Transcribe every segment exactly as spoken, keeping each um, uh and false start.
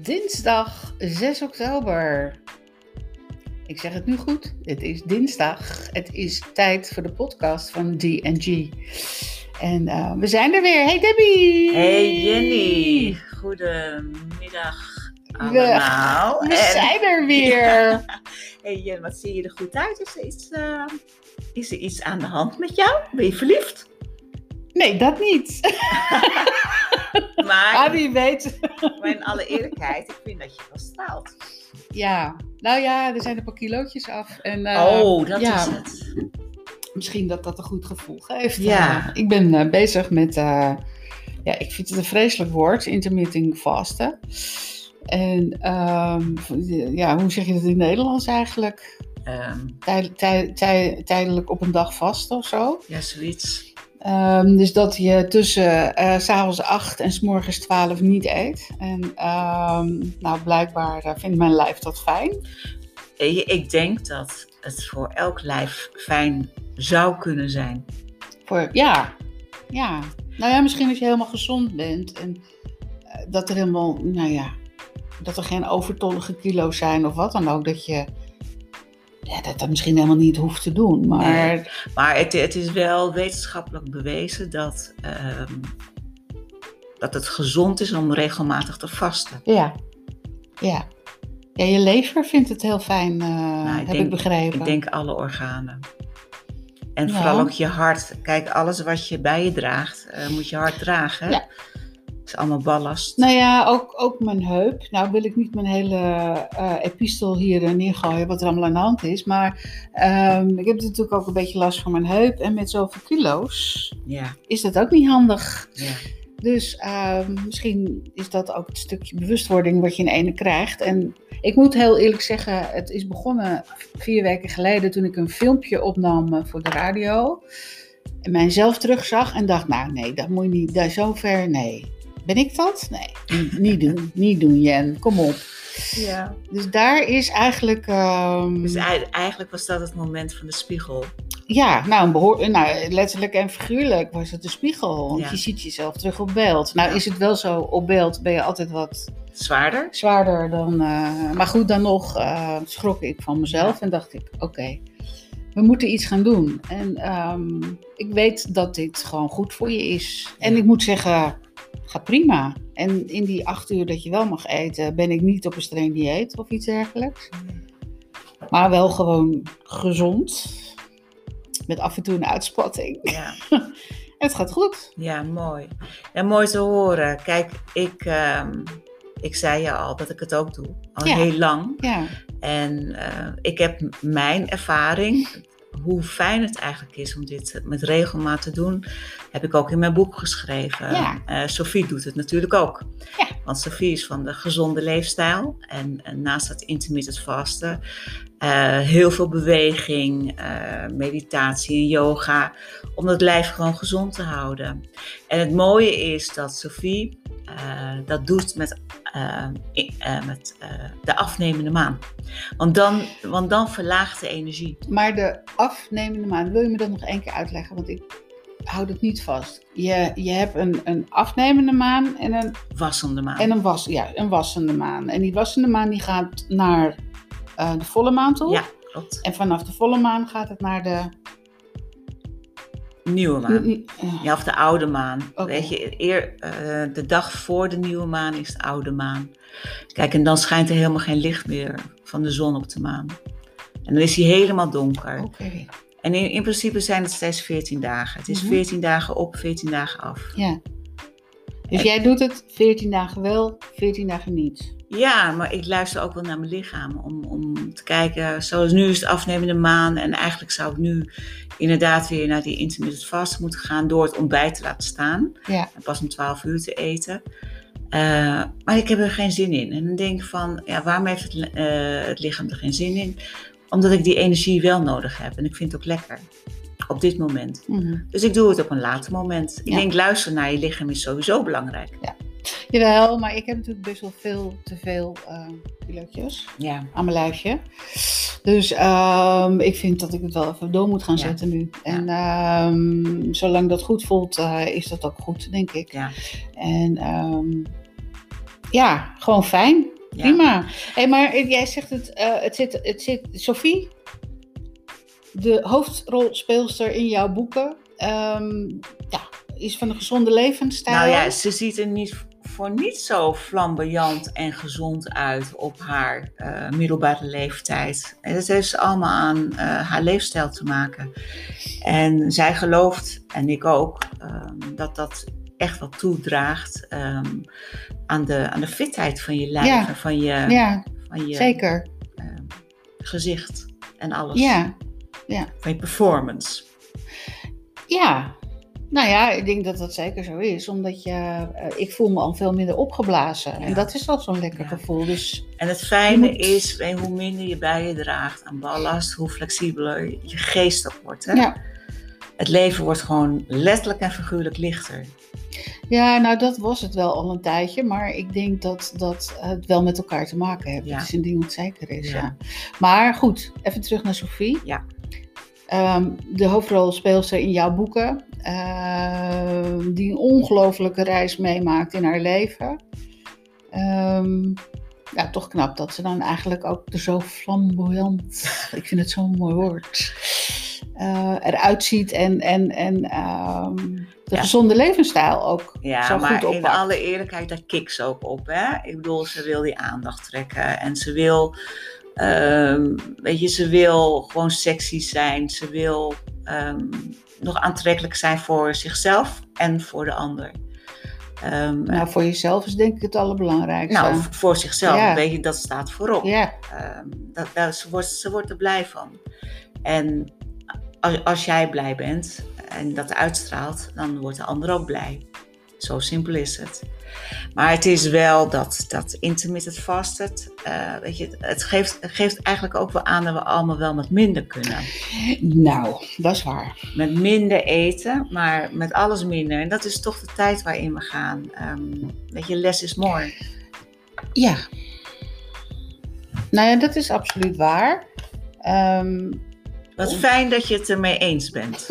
Dinsdag zes oktober. Ik zeg het nu goed. Het is dinsdag. Het is tijd voor de podcast van D en G. En uh, we zijn er weer. Hey Debbie! Hey Jenny! Goedemiddag allemaal. We, we en... zijn er weer. Hey Jenny, wat zie je er goed uit? Is er, iets, uh, is er iets aan de hand met jou? Ben je verliefd? Nee, dat niet. Maar, ah, wie weet. Maar in alle eerlijkheid, ik vind dat je wel straalt. Ja, nou ja, er zijn een paar kilootjes af. En, uh, oh, dat ja, is het. Misschien dat dat een goed gevoel geeft. Ja. Uh, ik ben uh, bezig met, uh, ja, ik vind het een vreselijk woord, intermittent vasten. En um, ja, hoe zeg je dat in het Nederlands eigenlijk? Um, Tijd, tijd, tijd, tijdelijk op een dag vasten of zo. Ja, zoiets. Um, dus dat je tussen uh, 's avonds acht en 's morgens twaalf niet eet. En um, nou, blijkbaar uh, vindt mijn lijf dat fijn. Ik denk dat het voor elk lijf fijn zou kunnen zijn. Voor, ja, ja. Nou ja, misschien als je helemaal gezond bent. En uh, dat er helemaal, nou ja, dat er geen overtollige kilo's zijn of wat dan ook. Dat je... Ja, dat dat misschien helemaal niet hoeft te doen. Maar, nee, maar het, het is wel wetenschappelijk bewezen dat, um, dat het gezond is om regelmatig te vasten. Ja, ja. Ja, je lever vindt het heel fijn, uh, nou, ik heb denk, ik begrepen. Ik denk alle organen. En ja. Vooral ook je hart. Kijk, alles wat je bij je draagt, uh, moet je hart dragen. Ja. Dat is allemaal ballast. Nou ja, ook, ook mijn heup. Nou wil ik niet mijn hele uh, epistel hier neergooien wat er allemaal aan de hand is. Maar um, ik heb natuurlijk ook een beetje last van mijn heup. En met zoveel kilo's ja. is dat ook niet handig. Ja. Dus uh, misschien is dat ook het stukje bewustwording wat je in ene krijgt. En ik moet heel eerlijk zeggen, het is begonnen vier weken geleden toen ik een filmpje opnam voor de radio. En mijzelf terugzag en dacht, nou nee, dat moet je niet, daar zover, nee. Ben ik dat? Nee, niet, niet doen, niet doen Jen, kom op. Ja. Dus daar is eigenlijk... Um... Dus eigenlijk was dat het moment van de spiegel. Ja, nou, een behoor... nou letterlijk en figuurlijk was het de spiegel. Want ja. Je ziet jezelf terug op beeld. Nou ja. Is het wel zo, op beeld ben je altijd wat... Zwaarder? Zwaarder dan... Uh... Maar goed, dan nog uh, schrok ik van mezelf en dacht ik, oké. Okay, we moeten iets gaan doen. En um, ik weet dat dit gewoon goed voor je is. Ja. En ik moet zeggen... Ga prima. En in die acht uur dat je wel mag eten, ben ik niet op een streng dieet of iets dergelijks. Maar wel gewoon gezond. Met af en toe een uitspatting. Ja. Het gaat goed. Ja, mooi. Ja, mooi te horen. Kijk, ik, uh, ik zei je al dat ik het ook doe. Al ja. heel lang. Ja. En uh, ik heb mijn ervaring... Hoe fijn het eigenlijk is om dit met regelmaat te doen, heb ik ook in mijn boek geschreven. Ja. Uh, Sophie doet het natuurlijk ook. Ja. Want Sophie is van de gezonde leefstijl. En, en naast dat intermittent vasten, uh, heel veel beweging, uh, meditatie en yoga. Om het lijf gewoon gezond te houden. En het mooie is dat Sophie uh, dat doet met, uh, uh, met uh, de afnemende maan. Want dan, want dan verlaagt de energie. Maar de afnemende maan, wil je me dat nog één keer uitleggen? Want ik hou het niet vast. Je, je hebt een, een afnemende maan en een... Wassende maan. En een, was, ja, een wassende maan. En die wassende maan die gaat naar uh, de volle maan toe. Ja, klopt. En vanaf de volle maan gaat het naar de... Nieuwe maan. N- n- ja, of de oude maan. Okay. Weet je, eer, uh, de dag voor de nieuwe maan is de oude maan. Kijk, en dan schijnt er helemaal geen licht meer van de zon op de maan. En dan is hij helemaal donker. Okay. En in, in principe zijn het steeds veertien dagen. Het is mm-hmm. veertien dagen op, veertien dagen af. Ja. Dus en, jij doet het veertien dagen wel, veertien dagen niet? Ja, maar ik luister ook wel naar mijn lichaam. Om, om te kijken, zoals nu is het afnemende maan. En eigenlijk zou ik nu inderdaad weer naar die intermittent fast moeten gaan. Door het ontbijt te laten staan. Ja. En pas om twaalf uur te eten. Uh, maar ik heb er geen zin in. En dan denk ik van, ja, waarom heeft het, uh, het lichaam er geen zin in? Omdat ik die energie wel nodig heb. En ik vind het ook lekker. Op dit moment. Mm-hmm. Dus ik doe het op een later moment. Ik ja. denk, luisteren naar je lichaam is sowieso belangrijk. Ja. Jawel, maar ik heb natuurlijk best wel veel te veel uh, kilootjes ja. aan mijn lijfje. Dus um, ik vind dat ik het wel even door moet gaan ja. zetten nu. En ja. um, zolang dat goed voelt, uh, is dat ook goed, denk ik. Ja. En um, ja, gewoon fijn. Ja. Prima. Hey, maar jij zegt het, uh, het zit, het zit, Sophie, de hoofdrolspeelster in jouw boeken, um, ja, is van een gezonde levensstijl. Nou ja, ze ziet er niet voor niet zo flamboyant en gezond uit op haar uh, middelbare leeftijd. En dat heeft allemaal aan uh, haar leefstijl te maken. En zij gelooft, en ik ook, um, dat dat echt wat toedraagt um, aan, de, aan de fitheid van je lijf ja. en van je, ja, van je zeker. Uh, gezicht en alles. Ja. Ja. Van je performance. Ja. Nou ja, ik denk dat dat zeker zo is. Omdat je, uh, ik voel me al veel minder opgeblazen. Ja. En dat is al zo'n lekker ja. gevoel. Dus en het fijne moet... is, hoe minder je bij je draagt aan ballast, hoe flexibeler je geest ook wordt. Hè? Ja. Het leven wordt gewoon letterlijk en figuurlijk lichter. Ja, nou dat was het wel al een tijdje. Maar ik denk dat, dat het wel met elkaar te maken heeft. Ja. Het is een ding wat zeker is. Ja. Ja. Maar goed, even terug naar Sophie. Ja. Um, de hoofdrolspeelster in jouw boeken. Uh, die een ongelofelijke reis meemaakt in haar leven. Um, ja, toch knap dat ze dan eigenlijk ook er zo flamboyant, ik vind het zo'n mooi woord, uh, eruit ziet en, en, en um, de ja. gezonde levensstijl ook ja, zo goed oppakt. Ja, maar in alle eerlijkheid, daar kikt ze ook op. Hè? Ik bedoel, ze wil die aandacht trekken en ze wil... Um, weet je, ze wil gewoon sexy zijn. Ze wil um, nog aantrekkelijk zijn voor zichzelf en voor de ander. Um, nou, voor jezelf is denk ik het allerbelangrijkste. Nou, voor zichzelf, ja. Weet je, dat staat voorop. Ja. Um, dat, dat, ze, wordt, ze wordt er blij van. En als, als jij blij bent en dat uitstraalt, dan wordt de ander ook blij. Zo simpel is het. Maar het is wel dat, dat intermittent fasted, uh, weet je, het geeft, het geeft eigenlijk ook wel aan dat we allemaal wel met minder kunnen. Nou, dat is waar. Met minder eten, maar met alles minder. En dat is toch de tijd waarin we gaan. Um, weet je, less is more. Ja. Nou ja, dat is absoluut waar. Um, Wat fijn dat je het ermee eens bent.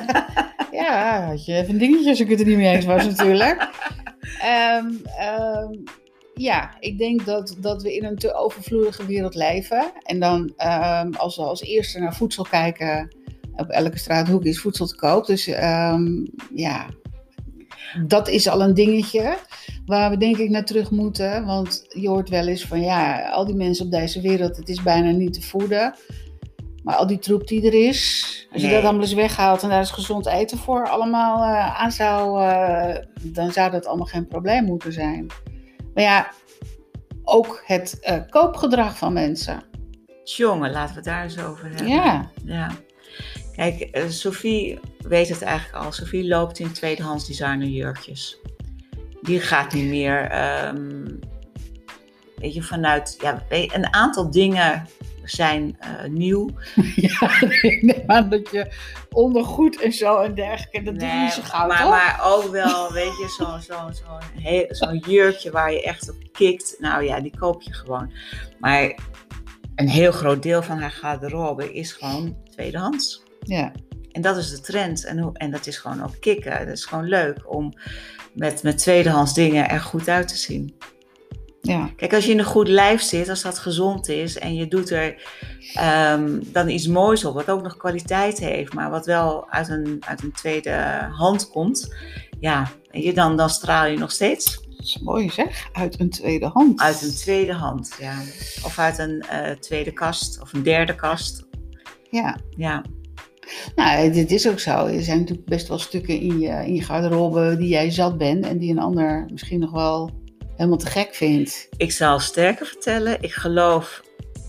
Ja, had je even een dingetje als ik het er niet mee eens was natuurlijk. Um, um, ja, ik denk dat, dat we in een te overvloedige wereld leven. En dan um, als we als eerste naar voedsel kijken, op elke straathoek is voedsel te koop. Dus um, ja, dat is al een dingetje waar we denk ik naar terug moeten. Want je hoort wel eens van ja, al die mensen op deze wereld, het is bijna niet te voeden. Maar al die troep die er is, als je nee. dat allemaal eens weghaalt en daar is gezond eten voor allemaal uh, aan zou, uh, dan zou dat allemaal geen probleem moeten zijn. Maar ja, ook het uh, koopgedrag van mensen. Jongen, laten we het daar eens over hebben. Ja. ja. Kijk, uh, Sophie weet het eigenlijk al. Sophie loopt in tweedehands designerjurkjes. Die gaat niet meer, um, weet je, vanuit, ja, een aantal dingen zijn uh, nieuw. Ja, ik neem aan dat je ondergoed en zo en dergelijke, dat nee, doe je niet zo gauw, maar, toch? Maar ook wel, weet je, zo'n zo, zo, zo jurkje waar je echt op kikt. Nou ja, die koop je gewoon. Maar een heel groot deel van haar garderobe is gewoon tweedehands. Ja. En dat is de trend. En, en dat is gewoon ook kicken. Dat is gewoon leuk om met, met tweedehands dingen er goed uit te zien. Ja. Kijk, als je in een goed lijf zit, als dat gezond is en je doet er um, dan iets moois op, wat ook nog kwaliteit heeft, maar wat wel uit een, uit een tweede hand komt, ja, je, dan, dan straal je nog steeds. Dat is mooi zeg, uit een tweede hand. Uit een tweede hand, ja. Of uit een uh, tweede kast of een derde kast. Ja. Ja. Nou, dit is ook zo. Er zijn natuurlijk best wel stukken in je, in je garderobe die jij zat bent en die een ander misschien nog wel helemaal te gek vindt. Ik zal sterker vertellen. Ik geloof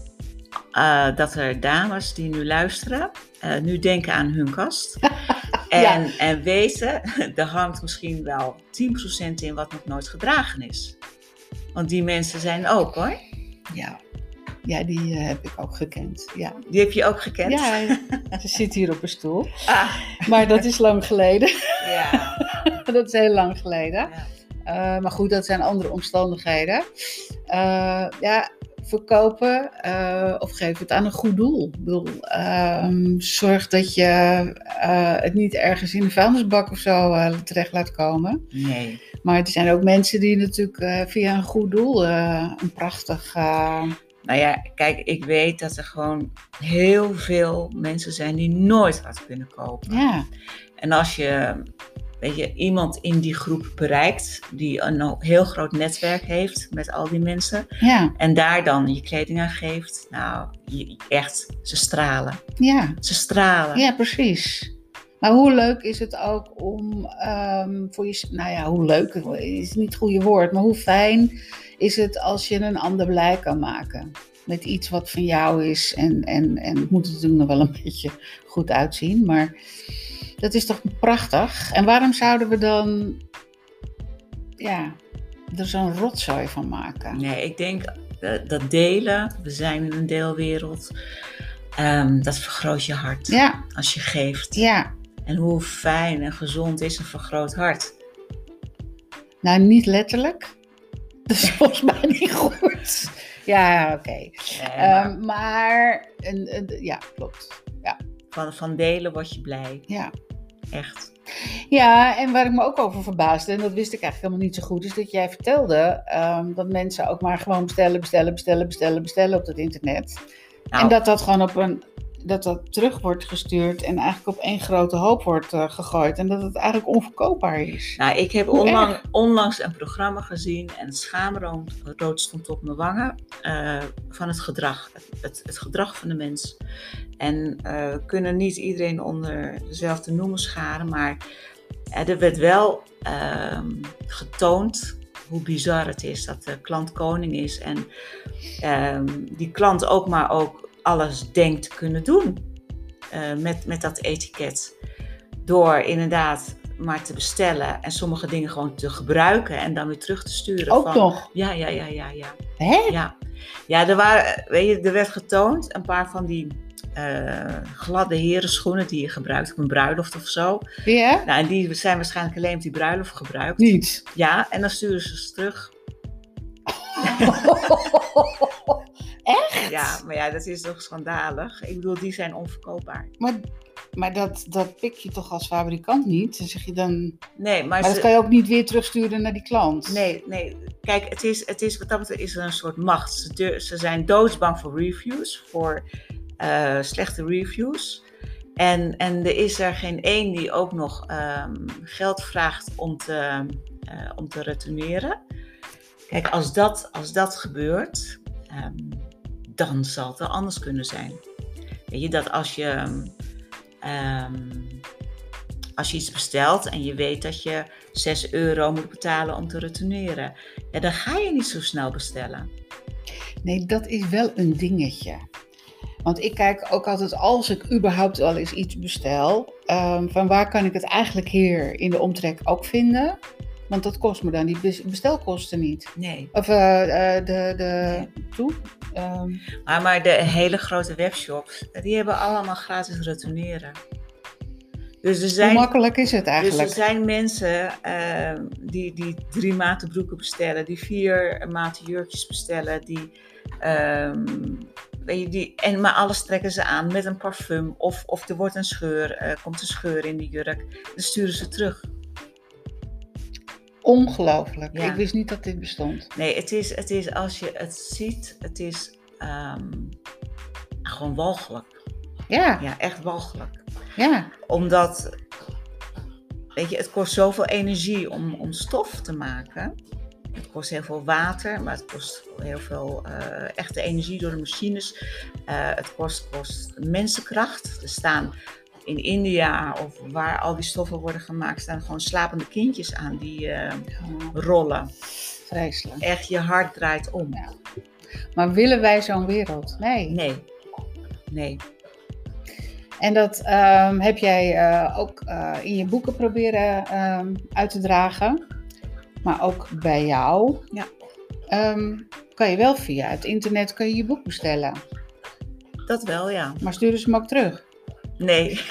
uh, dat er dames die nu luisteren, uh, nu denken aan hun kast. en, ja. en weten, er hangt misschien wel tien procent in wat nog nooit gedragen is. Want die mensen zijn ook hoor. Ja, ja die uh, heb ik ook gekend. Ja. Die heb je ook gekend? Ja, ze zit hier op een stoel. Ah. Maar dat is lang geleden. Ja. Dat is heel lang geleden. Ja. Uh, maar goed, dat zijn andere omstandigheden. Uh, ja, verkopen uh, of geef het aan een goed doel. Ik bedoel, uh, zorg dat je uh, het niet ergens in de vuilnisbak of zo uh, terecht laat komen. Nee. Maar er zijn ook mensen die natuurlijk uh, via een goed doel uh, een prachtig... Uh... Nou ja, kijk, ik weet dat er gewoon heel veel mensen zijn die nooit wat kunnen kopen. Ja. En als je... Weet je, iemand in die groep bereikt die een heel groot netwerk heeft met al die mensen. Ja. En daar dan je kleding aan geeft. Nou, je, echt, ze stralen. Ja. Ze stralen. Ja, precies. Maar hoe leuk is het ook om um, voor je... Nou ja, hoe leuk is niet het goede woord. Maar hoe fijn is het als je een ander blij kan maken. Met iets wat van jou is. En, en, en het moet er natuurlijk nog wel een beetje goed uitzien. Maar... Dat is toch prachtig? En waarom zouden we dan ja, er zo'n rotzooi van maken? Nee, ik denk dat, dat delen, we zijn in een deelwereld, um, dat vergroot je hart. Ja. Als je geeft. Ja. En hoe fijn en gezond is een vergroot hart? Nou, niet letterlijk. Dat is volgens mij niet goed. Ja, oké. Okay. Nee, maar um, maar een, een, ja, klopt. Ja. Van, van delen word je blij. Ja. Echt. Ja, en waar ik me ook over verbaasde, en dat wist ik eigenlijk helemaal niet zo goed, is dat jij vertelde um, dat mensen ook maar gewoon bestellen, bestellen, bestellen, bestellen, bestellen op het internet. Nou. En dat dat gewoon op een, dat dat terug wordt gestuurd en eigenlijk op één grote hoop wordt uh, gegooid. En dat het eigenlijk onverkoopbaar is. Nou, ik heb onlang, onlangs een programma gezien en het schaamrood rood stond op mijn wangen uh, van het gedrag. Het, het, het gedrag van de mens. En uh, kunnen niet iedereen onder dezelfde noemer scharen, maar er werd wel uh, getoond hoe bizar het is dat de klant koning is. En uh, die klant ook maar ook alles denkt te kunnen doen uh, met, met dat etiket. Door inderdaad maar te bestellen en sommige dingen gewoon te gebruiken en dan weer terug te sturen. Ook van, nog? Ja, ja, ja, ja, ja. Hè? Ja, ja er, waren, weet je, er werd getoond een paar van die uh, gladde herenschoenen die je gebruikt op een bruiloft of zo. Ja? Nou, en die zijn waarschijnlijk alleen op die bruiloft gebruikt. Niet? Ja, en dan sturen ze ze terug. Echt? Ja, maar ja, dat is toch schandalig. Ik bedoel, die zijn onverkoopbaar. Maar, maar dat, dat pik je toch als fabrikant niet? Dan zeg je dan... Nee, maar, maar ze... dat kan je ook niet weer terugsturen naar die klant. Nee, nee. Kijk, het is, het is, wat dat betreft is er een soort macht. Ze, de, ze zijn doodsbang voor reviews, voor uh, slechte reviews. En, en er is er geen één die ook nog um, geld vraagt om te, uh, om te retourneren. Kijk, als dat, als dat gebeurt... Um, dan zal het er anders kunnen zijn. Weet je, dat als je, um, als je iets bestelt en je weet dat je zes euro moet betalen om te retourneren, ja, dan ga je niet zo snel bestellen. Nee, dat is wel een dingetje. Want ik kijk ook altijd, als ik überhaupt wel eens iets bestel, um, van waar kan ik het eigenlijk hier in de omtrek ook vinden? Want dat kost me dan die bestelkosten niet. Nee. Of uh, uh, de, de nee. toe. Um. Maar, maar de hele grote webshops, die hebben allemaal gratis retourneren. Dus er zijn, hoe makkelijk is het eigenlijk? Dus er zijn mensen uh, die, die drie maten broeken bestellen, die vier maten jurkjes bestellen, die, um, weet je, die, en maar alles trekken ze aan met een parfum. Of, of er wordt een scheur, uh, komt een scheur in die jurk, dan sturen ze terug. Ongelooflijk. Ja. Ik wist niet dat dit bestond. Nee, het is, het is als je het ziet, het is um, gewoon walgelijk. Ja. Ja, echt walgelijk. Ja. Omdat, weet je, het kost zoveel energie om, om stof te maken. Het kost heel veel water, maar het kost heel veel uh, echte energie door de machines. Uh, het kost, kost mensenkracht. Er staan... In India of waar al die stoffen worden gemaakt, staan gewoon slapende kindjes aan die uh, rollen. Vreselijk. Echt, je hart draait om. Ja. Maar willen wij zo'n wereld? Nee. Nee. Nee. En dat um, heb jij uh, ook uh, in je boeken proberen um, uit te dragen. Maar ook bij jou. Ja. Um, kan je wel via het internet kan je, je boek bestellen. Dat wel, ja. Maar sturen ze hem ook terug? Nee.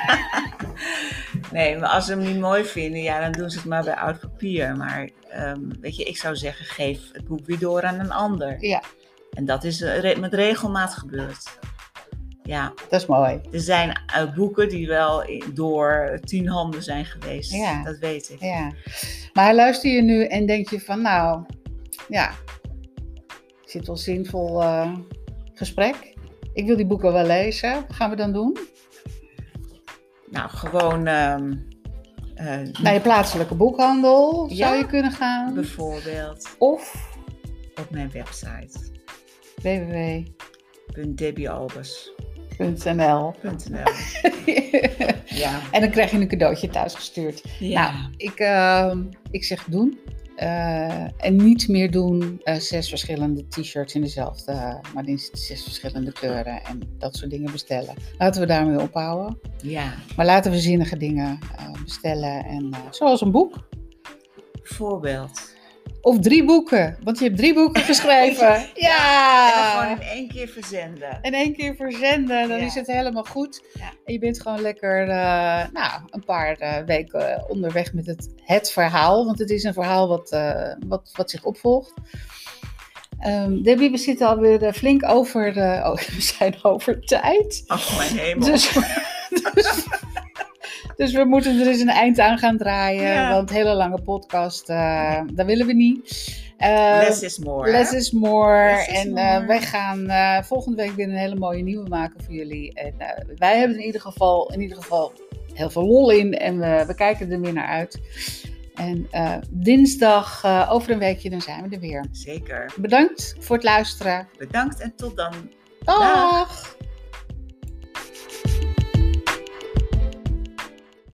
Nee, maar als ze hem niet mooi vinden, ja, dan doen ze het maar bij oud papier. Maar um, weet je, ik zou zeggen, geef het boek weer door aan een ander. Ja. En dat is uh, met regelmaat gebeurd. Ja. Dat is mooi. Er zijn uh, boeken die wel door tien handen zijn geweest. Ja. Dat weet ik. Ja. Maar luister je nu en denk je van nou, ja, zit wel zinvol uh, gesprek. Ik wil die boeken wel lezen. Wat gaan we dan doen? Nou, gewoon um, uh, naar je plaatselijke boekhandel ja, zou je kunnen gaan. Bijvoorbeeld. Of op mijn website. w w w punt debbie albers punt n l punt n l Ja. En dan krijg je een cadeautje thuis gestuurd. Ja. Nou, ik, uh, ik zeg doen. Uh, en niet meer doen uh, zes verschillende t-shirts in dezelfde, uh, maar in zes verschillende kleuren en dat soort dingen bestellen. Laten we daarmee ophouden. Ja. Maar laten we zinnige dingen uh, bestellen. En, uh, zoals een boek. Voorbeeld. Of drie boeken, want je hebt drie boeken geschreven. Ja! Ja. En dan gewoon in één keer verzenden. In één keer verzenden, dan ja. is het helemaal goed. Ja. En je bent gewoon lekker uh, nou, een paar uh, weken onderweg met het, het verhaal. Want het is een verhaal wat, uh, wat, wat zich opvolgt. Um, Debbie, we zitten alweer flink over, de, oh, we zijn over tijd. Ach, mijn hemel. Dus, dus, dus we moeten er eens een eind aan gaan draaien. Ja. Want hele lange podcast, uh, dat willen we niet. Uh, less is more. Less is more. Less is en uh, more. wij gaan uh, volgende week weer een hele mooie nieuwe maken voor jullie. En uh, wij hebben in ieder geval, in ieder geval heel veel lol in. En we, we kijken er weer naar uit. En uh, dinsdag, uh, over een weekje, dan zijn we er weer. Zeker. Bedankt voor het luisteren. Bedankt en tot dan. Dag. Dag.